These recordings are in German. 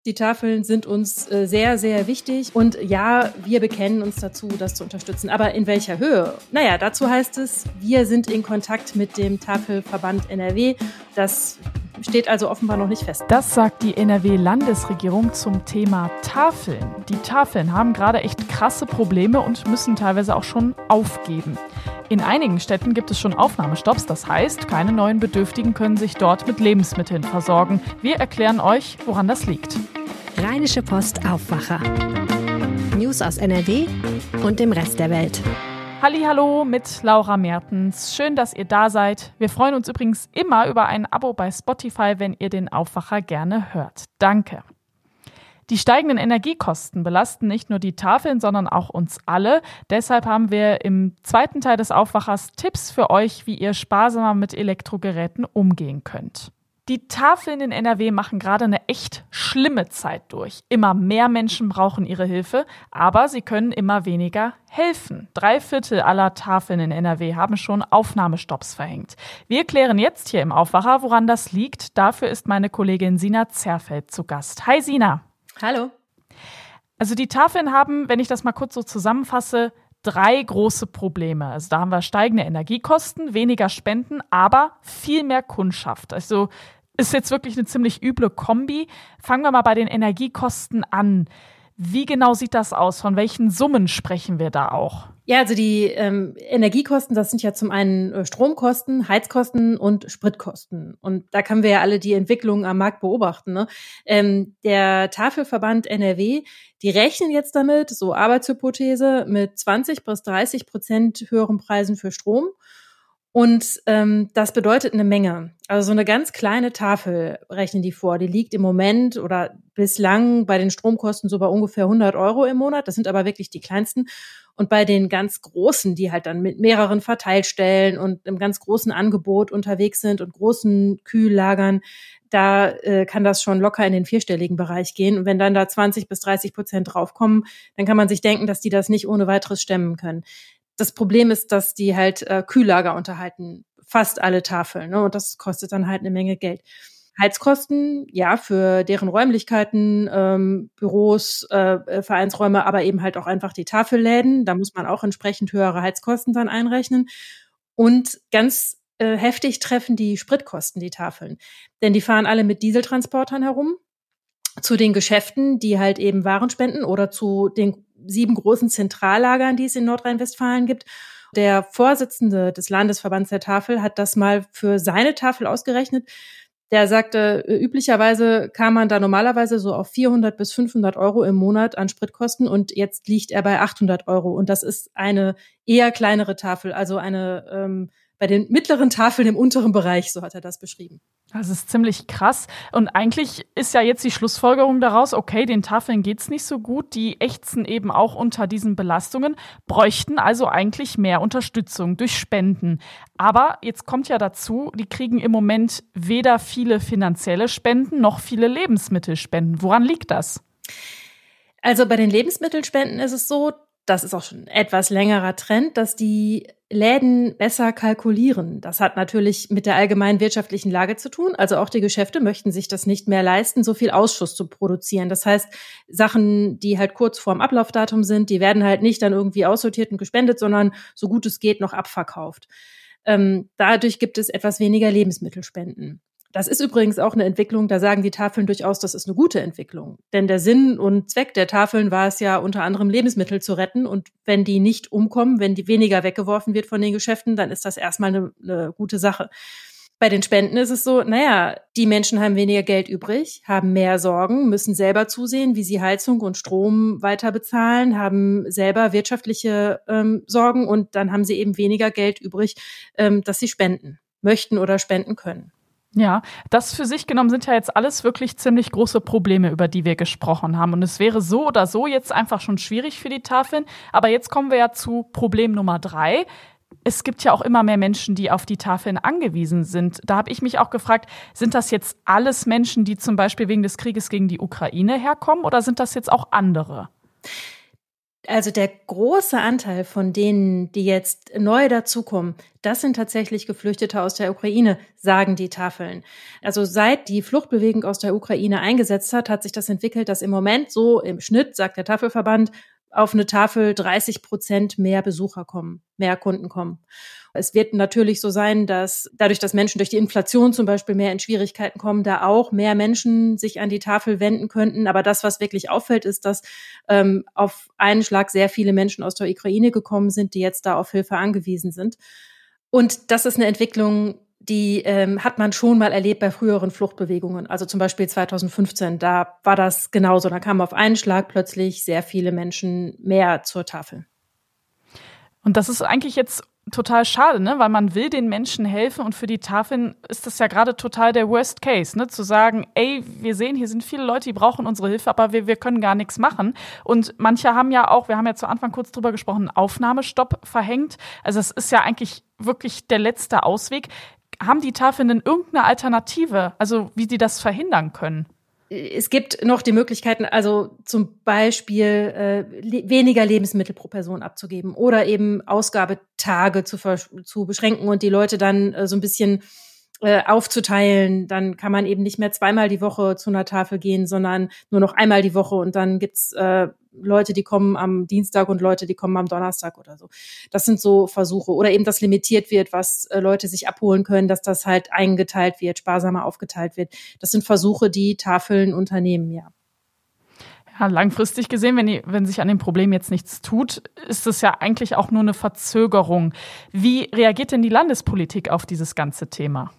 Die Tafeln sind uns sehr, sehr wichtig und ja, wir bekennen uns dazu, das zu unterstützen. Aber in welcher Höhe? Naja, dazu heißt es, wir sind in Kontakt mit dem Tafelverband NRW. Das steht also offenbar noch nicht fest. Das sagt die NRW-Landesregierung zum Thema Tafeln. Die Tafeln haben gerade echt krasse Probleme und müssen teilweise auch schon aufgeben. In einigen Städten gibt es schon Aufnahmestopps, das heißt, keine neuen Bedürftigen können sich dort mit Lebensmitteln versorgen. Wir erklären euch, woran das liegt. Rheinische Post Aufwacher. News aus NRW und dem Rest der Welt. Hallihallo mit Laura Mertens. Schön, dass ihr da seid. Wir freuen uns übrigens immer über ein Abo bei Spotify, wenn ihr den Aufwacher gerne hört. Danke. Die steigenden Energiekosten belasten nicht nur die Tafeln, sondern auch uns alle. Deshalb haben wir im zweiten Teil des Aufwachers Tipps für euch, wie ihr sparsamer mit Elektrogeräten umgehen könnt. Die Tafeln in NRW machen gerade eine echt schlimme Zeit durch. Immer mehr Menschen brauchen ihre Hilfe, aber sie können immer weniger helfen. 3/4 aller Tafeln in NRW haben schon Aufnahmestopps verhängt. Wir klären jetzt hier im Aufwacher, woran das liegt. Dafür ist meine Kollegin Sina Zerfeld zu Gast. Hi Sina. Hallo. Also die Tafeln haben, wenn ich das mal kurz so zusammenfasse, 3 große Probleme. Also da haben wir steigende Energiekosten, weniger Spenden, aber viel mehr Kundschaft. Also ist jetzt wirklich eine ziemlich üble Kombi. Fangen wir mal bei den Energiekosten an. Wie genau sieht das aus? Von welchen Summen sprechen wir da auch? Ja, also die Energiekosten, das sind ja zum einen Stromkosten, Heizkosten und Spritkosten. Und da können wir ja alle die Entwicklung am Markt beobachten. Ne? Der Tafelverband NRW, die rechnen jetzt damit, so Arbeitshypothese, mit 20-30% höheren Preisen für Strom. Und das bedeutet eine Menge. Also so eine ganz kleine Tafel rechnen die vor. Die liegt im Moment oder bislang bei den Stromkosten so bei ungefähr 100 € im Monat. Das sind aber wirklich die kleinsten. Und bei den ganz großen, die halt dann mit mehreren Verteilstellen und einem ganz großen Angebot unterwegs sind und großen Kühllagern, da kann das schon locker in den 4-stelligen Bereich gehen. Und wenn dann da 20-30% draufkommen, dann kann man sich denken, dass die das nicht ohne weiteres stemmen können. Das Problem ist, dass die halt Kühllager unterhalten, fast alle Tafeln, ne? Und das kostet dann halt eine Menge Geld. Heizkosten, ja, für deren Räumlichkeiten, Büros, Vereinsräume, aber eben halt auch einfach die Tafelläden. Da muss man auch entsprechend höhere Heizkosten dann einrechnen. Und ganz heftig treffen die Spritkosten die Tafeln. Denn die fahren alle mit Dieseltransportern herum zu den Geschäften, die halt eben Waren spenden oder zu den 7 großen Zentrallagern, die es in Nordrhein-Westfalen gibt. Der Vorsitzende des Landesverbands der Tafel hat das mal für seine Tafel ausgerechnet. Der sagte, üblicherweise kam man da normalerweise so auf 400 bis 500 € im Monat an Spritkosten und jetzt liegt er bei 800 €. Und das ist eine eher kleinere Tafel, also eine bei den mittleren Tafeln im unteren Bereich, so hat er das beschrieben. Das ist ziemlich krass. Und eigentlich ist ja jetzt die Schlussfolgerung daraus, okay, den Tafeln geht's nicht so gut, die ächzen eben auch unter diesen Belastungen, bräuchten also eigentlich mehr Unterstützung durch Spenden. Aber jetzt kommt ja dazu, die kriegen im Moment weder viele finanzielle Spenden noch viele Lebensmittelspenden. Woran liegt das? Also bei den Lebensmittelspenden ist es so, das ist auch schon ein etwas längerer Trend, dass die Läden besser kalkulieren. Das hat natürlich mit der allgemeinen wirtschaftlichen Lage zu tun. Also auch die Geschäfte möchten sich das nicht mehr leisten, so viel Ausschuss zu produzieren. Das heißt, Sachen, die halt kurz vorm Ablaufdatum sind, die werden halt nicht dann irgendwie aussortiert und gespendet, sondern so gut es geht noch abverkauft. Dadurch gibt es etwas weniger Lebensmittelspenden. Das ist übrigens auch eine Entwicklung, da sagen die Tafeln durchaus, das ist eine gute Entwicklung. Denn der Sinn und Zweck der Tafeln war es ja unter anderem, Lebensmittel zu retten. Und wenn die nicht umkommen, wenn die weniger weggeworfen wird von den Geschäften, dann ist das erstmal eine gute Sache. Bei den Spenden ist es so, die Menschen haben weniger Geld übrig, haben mehr Sorgen, müssen selber zusehen, wie sie Heizung und Strom weiter bezahlen, haben selber wirtschaftliche Sorgen und dann haben sie eben weniger Geld übrig, dass sie spenden möchten oder spenden können. Ja, das für sich genommen sind ja jetzt alles wirklich ziemlich große Probleme, über die wir gesprochen haben. Und es wäre so oder so jetzt einfach schon schwierig für die Tafeln. Aber jetzt kommen wir ja zu Problem Nummer 3. Es gibt ja auch immer mehr Menschen, die auf die Tafeln angewiesen sind. Da habe ich mich auch gefragt, sind das jetzt alles Menschen, die zum Beispiel wegen des Krieges gegen die Ukraine herkommen oder sind das jetzt auch andere? Also der große Anteil von denen, die jetzt neu dazukommen, das sind tatsächlich Geflüchtete aus der Ukraine, sagen die Tafeln. Also seit die Fluchtbewegung aus der Ukraine eingesetzt hat sich das entwickelt, dass im Moment so im Schnitt, sagt der Tafelverband, auf eine Tafel 30% mehr Besucher kommen, mehr Kunden kommen. Es wird natürlich so sein, dass dadurch, dass Menschen durch die Inflation zum Beispiel mehr in Schwierigkeiten kommen, da auch mehr Menschen sich an die Tafel wenden könnten. Aber das, was wirklich auffällt, ist, dass auf einen Schlag sehr viele Menschen aus der Ukraine gekommen sind, die jetzt da auf Hilfe angewiesen sind. Und das ist eine Entwicklung, die hat man schon mal erlebt bei früheren Fluchtbewegungen. Also zum Beispiel 2015, da war das genauso. Da kamen auf einen Schlag plötzlich sehr viele Menschen mehr zur Tafel. Und das ist eigentlich jetzt total schade, ne? Weil man will den Menschen helfen und für die Tafeln ist das ja gerade total der Worst Case, ne? Zu sagen, ey, wir sehen, hier sind viele Leute, die brauchen unsere Hilfe, aber wir können gar nichts machen. Und manche haben ja auch, wir haben ja zu Anfang kurz drüber gesprochen, einen Aufnahmestopp verhängt. Also es ist ja eigentlich wirklich der letzte Ausweg. Haben die Tafeln denn irgendeine Alternative, also wie die das verhindern können? Es gibt noch die Möglichkeiten, also zum Beispiel weniger Lebensmittel pro Person abzugeben oder eben Ausgabetage zu beschränken und die Leute dann so ein bisschen aufzuteilen. Dann kann man eben nicht mehr zweimal die Woche zu einer Tafel gehen, sondern nur noch einmal die Woche. Und dann gibt's Leute, die kommen am Dienstag und Leute, die kommen am Donnerstag oder so. Das sind so Versuche. Oder eben, dass limitiert wird, was Leute sich abholen können, dass das halt eingeteilt wird, sparsamer aufgeteilt wird. Das sind Versuche, die Tafeln unternehmen, ja. Ja, langfristig gesehen, wenn sich an dem Problem jetzt nichts tut, ist es ja eigentlich auch nur eine Verzögerung. Wie reagiert denn die Landespolitik auf dieses ganze Thema?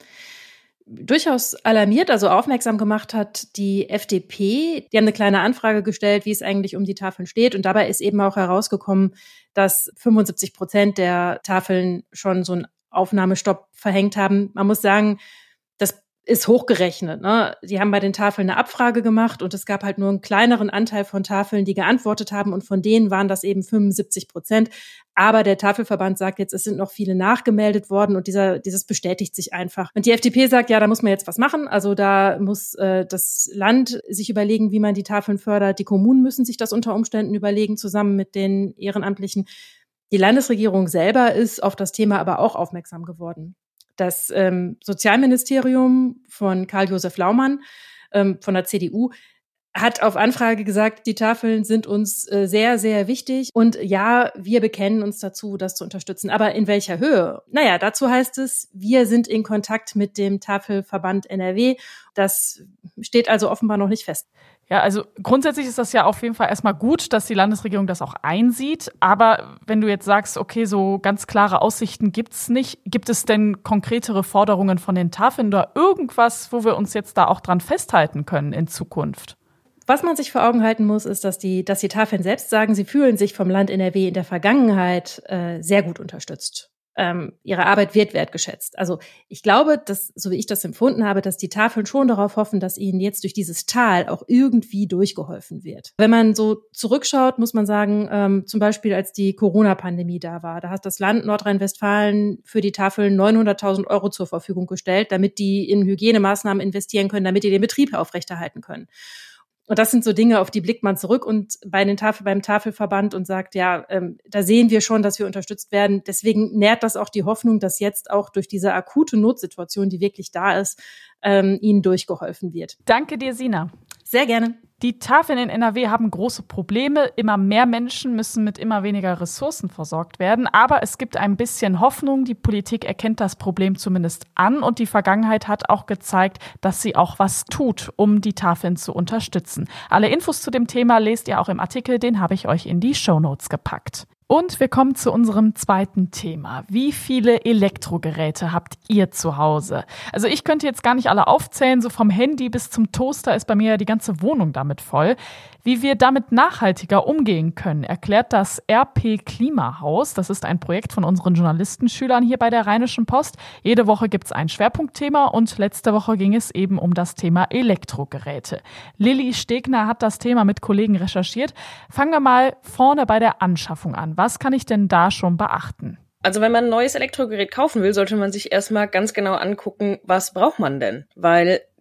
Durchaus alarmiert, also aufmerksam gemacht hat die FDP. Die haben eine kleine Anfrage gestellt, wie es eigentlich um die Tafeln steht. Und dabei ist eben auch herausgekommen, dass 75% der Tafeln schon so einen Aufnahmestopp verhängt haben. Man muss sagen, das ist hochgerechnet, ne? Die haben bei den Tafeln eine Abfrage gemacht und es gab halt nur einen kleineren Anteil von Tafeln, die geantwortet haben und von denen waren das eben 75%. Aber der Tafelverband sagt jetzt, es sind noch viele nachgemeldet worden und dieses bestätigt sich einfach. Und die FDP sagt, ja, da muss man jetzt was machen. Also da muss das Land sich überlegen, wie man die Tafeln fördert. Die Kommunen müssen sich das unter Umständen überlegen, zusammen mit den Ehrenamtlichen. Die Landesregierung selber ist auf das Thema aber auch aufmerksam geworden. Das Sozialministerium von Karl-Josef Laumann von der CDU hat auf Anfrage gesagt, die Tafeln sind uns sehr, sehr wichtig. Und ja, wir bekennen uns dazu, das zu unterstützen. Aber in welcher Höhe? Naja, dazu heißt es, wir sind in Kontakt mit dem Tafelverband NRW. Das steht also offenbar noch nicht fest. Ja, also grundsätzlich ist das ja auf jeden Fall erstmal gut, dass die Landesregierung das auch einsieht. Aber wenn du jetzt sagst, okay, so ganz klare Aussichten gibt's nicht, gibt es denn konkretere Forderungen von den Tafeln oder irgendwas, wo wir uns jetzt da auch dran festhalten können in Zukunft? Was man sich vor Augen halten muss, ist, dass die Tafeln selbst sagen, sie fühlen sich vom Land NRW in der Vergangenheit sehr gut unterstützt. Ihre Arbeit wird wertgeschätzt. Also ich glaube, dass, so wie ich das empfunden habe, dass die Tafeln schon darauf hoffen, dass ihnen jetzt durch dieses Tal auch irgendwie durchgeholfen wird. Wenn man so zurückschaut, muss man sagen, zum Beispiel als die Corona-Pandemie da war, da hat das Land Nordrhein-Westfalen für die Tafeln 900.000 Euro zur Verfügung gestellt, damit die in Hygienemaßnahmen investieren können, damit die den Betrieb aufrechterhalten können. Und das sind so Dinge, auf die blickt man zurück und beim Tafelverband und sagt, ja, da sehen wir schon, dass wir unterstützt werden. Deswegen nährt das auch die Hoffnung, dass jetzt auch durch diese akute Notsituation, die wirklich da ist, ihnen durchgeholfen wird. Danke dir, Sina. Sehr gerne. Die Tafeln in NRW haben große Probleme. Immer mehr Menschen müssen mit immer weniger Ressourcen versorgt werden. Aber es gibt ein bisschen Hoffnung. Die Politik erkennt das Problem zumindest an. Und die Vergangenheit hat auch gezeigt, dass sie auch was tut, um die Tafeln zu unterstützen. Alle Infos zu dem Thema lest ihr auch im Artikel. Den habe ich euch in die Shownotes gepackt. Und wir kommen zu unserem zweiten Thema. Wie viele Elektrogeräte habt ihr zu Hause? Also ich könnte jetzt gar nicht alle aufzählen, so vom Handy bis zum Toaster ist bei mir ja die ganze Wohnung damit voll. Wie wir damit nachhaltiger umgehen können, erklärt das RP Klimahaus. Das ist ein Projekt von unseren Journalistenschülern hier bei der Rheinischen Post. Jede Woche gibt es ein Schwerpunktthema und letzte Woche ging es eben um das Thema Elektrogeräte. Lilly Stegner hat das Thema mit Kollegen recherchiert. Fangen wir mal vorne bei der Anschaffung an. Was kann ich denn da schon beachten? Also wenn man ein neues Elektrogerät kaufen will, sollte man sich erstmal ganz genau angucken, was braucht man denn? Weil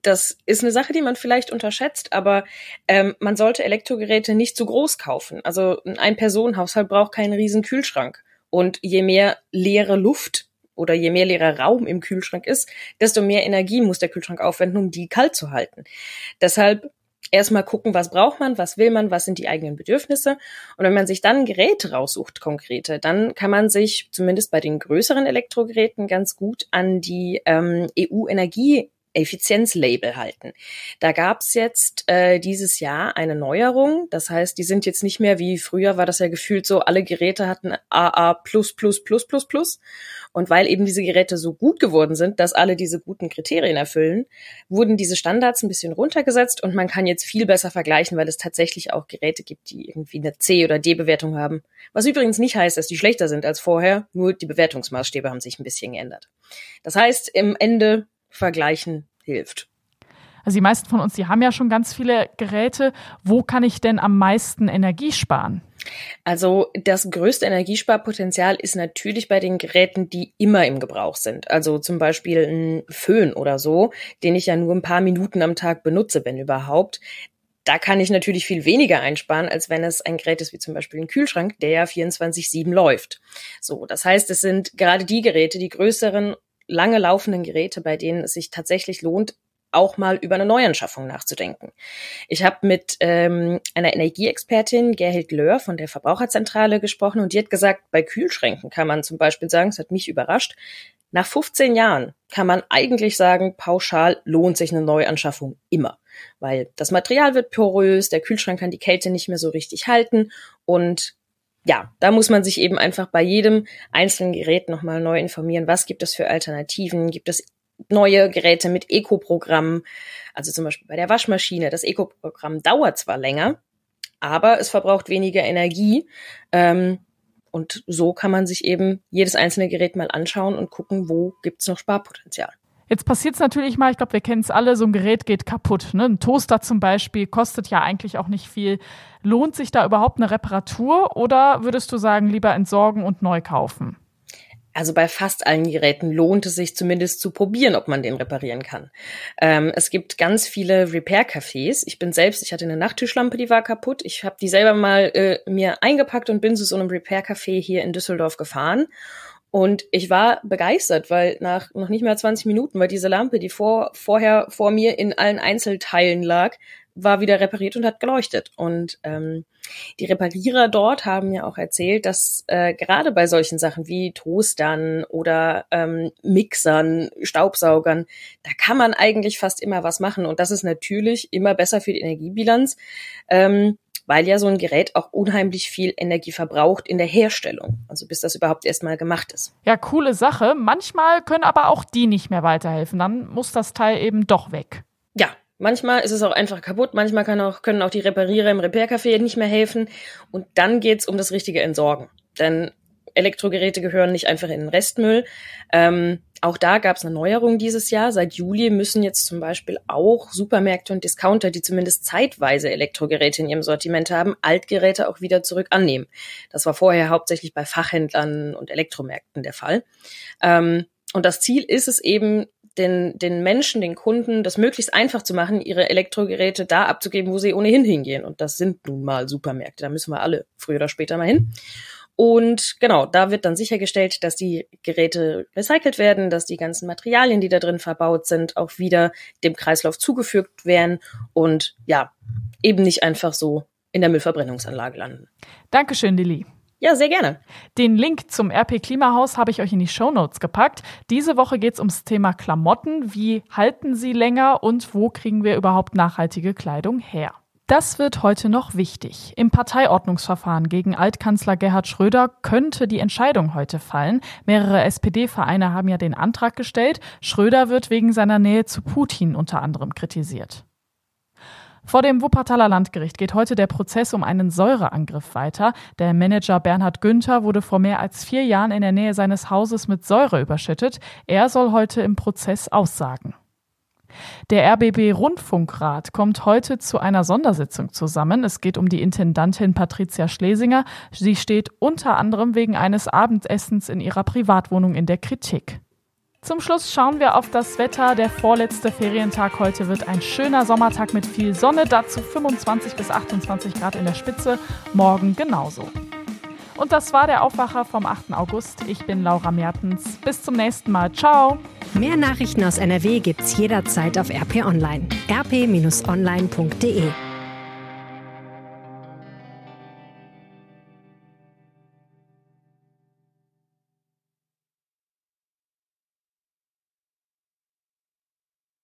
das ist eine Sache, die man vielleicht unterschätzt, aber man sollte Elektrogeräte nicht zu groß kaufen. Also ein Ein-Personen-Haushalt braucht keinen riesen Kühlschrank. Und je mehr leere Luft oder je mehr leerer Raum im Kühlschrank ist, desto mehr Energie muss der Kühlschrank aufwenden, um die kalt zu halten. Deshalb erstmal gucken, was braucht man, was will man, was sind die eigenen Bedürfnisse. Und wenn man sich dann Geräte raussucht, konkrete, dann kann man sich zumindest bei den größeren Elektrogeräten ganz gut an die EU-Energieeffizienzlabel halten. Da gab's jetzt dieses Jahr eine Neuerung. Das heißt, die sind jetzt nicht mehr wie früher, war das ja gefühlt so, alle Geräte hatten AA++++++. Und weil eben diese Geräte so gut geworden sind, dass alle diese guten Kriterien erfüllen, wurden diese Standards ein bisschen runtergesetzt und man kann jetzt viel besser vergleichen, weil es tatsächlich auch Geräte gibt, die irgendwie eine C- oder D-Bewertung haben. Was übrigens nicht heißt, dass die schlechter sind als vorher, nur die Bewertungsmaßstäbe haben sich ein bisschen geändert. Das heißt, im Ende vergleichen hilft. Also die meisten von uns, die haben ja schon ganz viele Geräte. Wo kann ich denn am meisten Energie sparen? Also das größte Energiesparpotenzial ist natürlich bei den Geräten, die immer im Gebrauch sind. Also zum Beispiel ein Föhn oder so, den ich ja nur ein paar Minuten am Tag benutze, wenn überhaupt. Da kann ich natürlich viel weniger einsparen, als wenn es ein Gerät ist wie zum Beispiel ein Kühlschrank, der ja 24/7 läuft. So, das heißt, es sind gerade die Geräte, die größeren, lange laufenden Geräte, bei denen es sich tatsächlich lohnt, auch mal über eine Neuanschaffung nachzudenken. Ich habe mit einer Energieexpertin, Gerhild Löhr von der Verbraucherzentrale gesprochen und die hat gesagt, bei Kühlschränken kann man zum Beispiel sagen, es hat mich überrascht, nach 15 Jahren kann man eigentlich sagen, pauschal lohnt sich eine Neuanschaffung immer, weil das Material wird porös, der Kühlschrank kann die Kälte nicht mehr so richtig halten und ja, da muss man sich eben einfach bei jedem einzelnen Gerät nochmal neu informieren, was gibt es für Alternativen, gibt es neue Geräte mit Eco-Programmen, also zum Beispiel bei der Waschmaschine. Das Eco-Programm dauert zwar länger, aber es verbraucht weniger Energie. Und so kann man sich eben jedes einzelne Gerät mal anschauen und gucken, wo gibt's noch Sparpotenzial. Jetzt passiert es natürlich mal, ich glaube, wir kennen es alle, so ein Gerät geht kaputt. Ne? Ein Toaster zum Beispiel kostet ja eigentlich auch nicht viel. Lohnt sich da überhaupt eine Reparatur oder würdest du sagen, lieber entsorgen und neu kaufen? Also bei fast allen Geräten lohnt es sich zumindest zu probieren, ob man den reparieren kann. Es gibt ganz viele Repair-Cafés. Ich hatte eine Nachttischlampe, die war kaputt. Ich habe die selber mal mir eingepackt und bin zu so einem Repair-Café hier in Düsseldorf gefahren. Und ich war begeistert, weil nach noch nicht mehr 20 Minuten war diese Lampe, die vorher vor mir in allen Einzelteilen lag, war wieder repariert und hat geleuchtet. Und die Reparierer dort haben mir auch erzählt, dass gerade bei solchen Sachen wie Toastern oder Mixern, Staubsaugern, da kann man eigentlich fast immer was machen. Und das ist natürlich immer besser für die Energiebilanz, weil ja so ein Gerät auch unheimlich viel Energie verbraucht in der Herstellung, also bis das überhaupt erstmal gemacht ist. Ja, coole Sache. Manchmal können aber auch die nicht mehr weiterhelfen. Dann muss das Teil eben doch weg. Ja, manchmal ist es auch einfach kaputt. Manchmal können auch die Reparierer im Repair-Café nicht mehr helfen. Und dann geht's um das richtige Entsorgen. Denn Elektrogeräte gehören nicht einfach in den Restmüll. Auch da gab es eine Neuerung dieses Jahr. Seit Juli müssen jetzt zum Beispiel auch Supermärkte und Discounter, die zumindest zeitweise Elektrogeräte in ihrem Sortiment haben, Altgeräte auch wieder zurück annehmen. Das war vorher hauptsächlich bei Fachhändlern und Elektromärkten der Fall. Und das Ziel ist es eben, den Menschen, den Kunden, das möglichst einfach zu machen, ihre Elektrogeräte da abzugeben, wo sie ohnehin hingehen. Und das sind nun mal Supermärkte. Da müssen wir alle früher oder später mal hin. Und genau, da wird dann sichergestellt, dass die Geräte recycelt werden, dass die ganzen Materialien, die da drin verbaut sind, auch wieder dem Kreislauf zugefügt werden und ja, eben nicht einfach so in der Müllverbrennungsanlage landen. Dankeschön, Lilly. Ja, sehr gerne. Den Link zum RP Klimahaus habe ich euch in die Shownotes gepackt. Diese Woche geht es ums Thema Klamotten. Wie halten sie länger und wo kriegen wir überhaupt nachhaltige Kleidung her? Das wird heute noch wichtig. Im Parteiordnungsverfahren gegen Altkanzler Gerhard Schröder könnte die Entscheidung heute fallen. Mehrere SPD-Vereine haben ja den Antrag gestellt. Schröder wird wegen seiner Nähe zu Putin unter anderem kritisiert. Vor dem Wuppertaler Landgericht geht heute der Prozess um einen Säureangriff weiter. Der Manager Bernhard Günther wurde vor mehr als 4 Jahren in der Nähe seines Hauses mit Säure überschüttet. Er soll heute im Prozess aussagen. Der RBB-Rundfunkrat kommt heute zu einer Sondersitzung zusammen. Es geht um die Intendantin Patricia Schlesinger. Sie steht unter anderem wegen eines Abendessens in ihrer Privatwohnung in der Kritik. Zum Schluss schauen wir auf das Wetter. Der vorletzte Ferientag heute wird ein schöner Sommertag mit viel Sonne, dazu 25 bis 28 Grad in der Spitze, morgen genauso. Und das war der Aufwacher vom 8. August. Ich bin Laura Mertens. Bis zum nächsten Mal. Ciao. Mehr Nachrichten aus NRW gibt's jederzeit auf RP Online. rp-online.de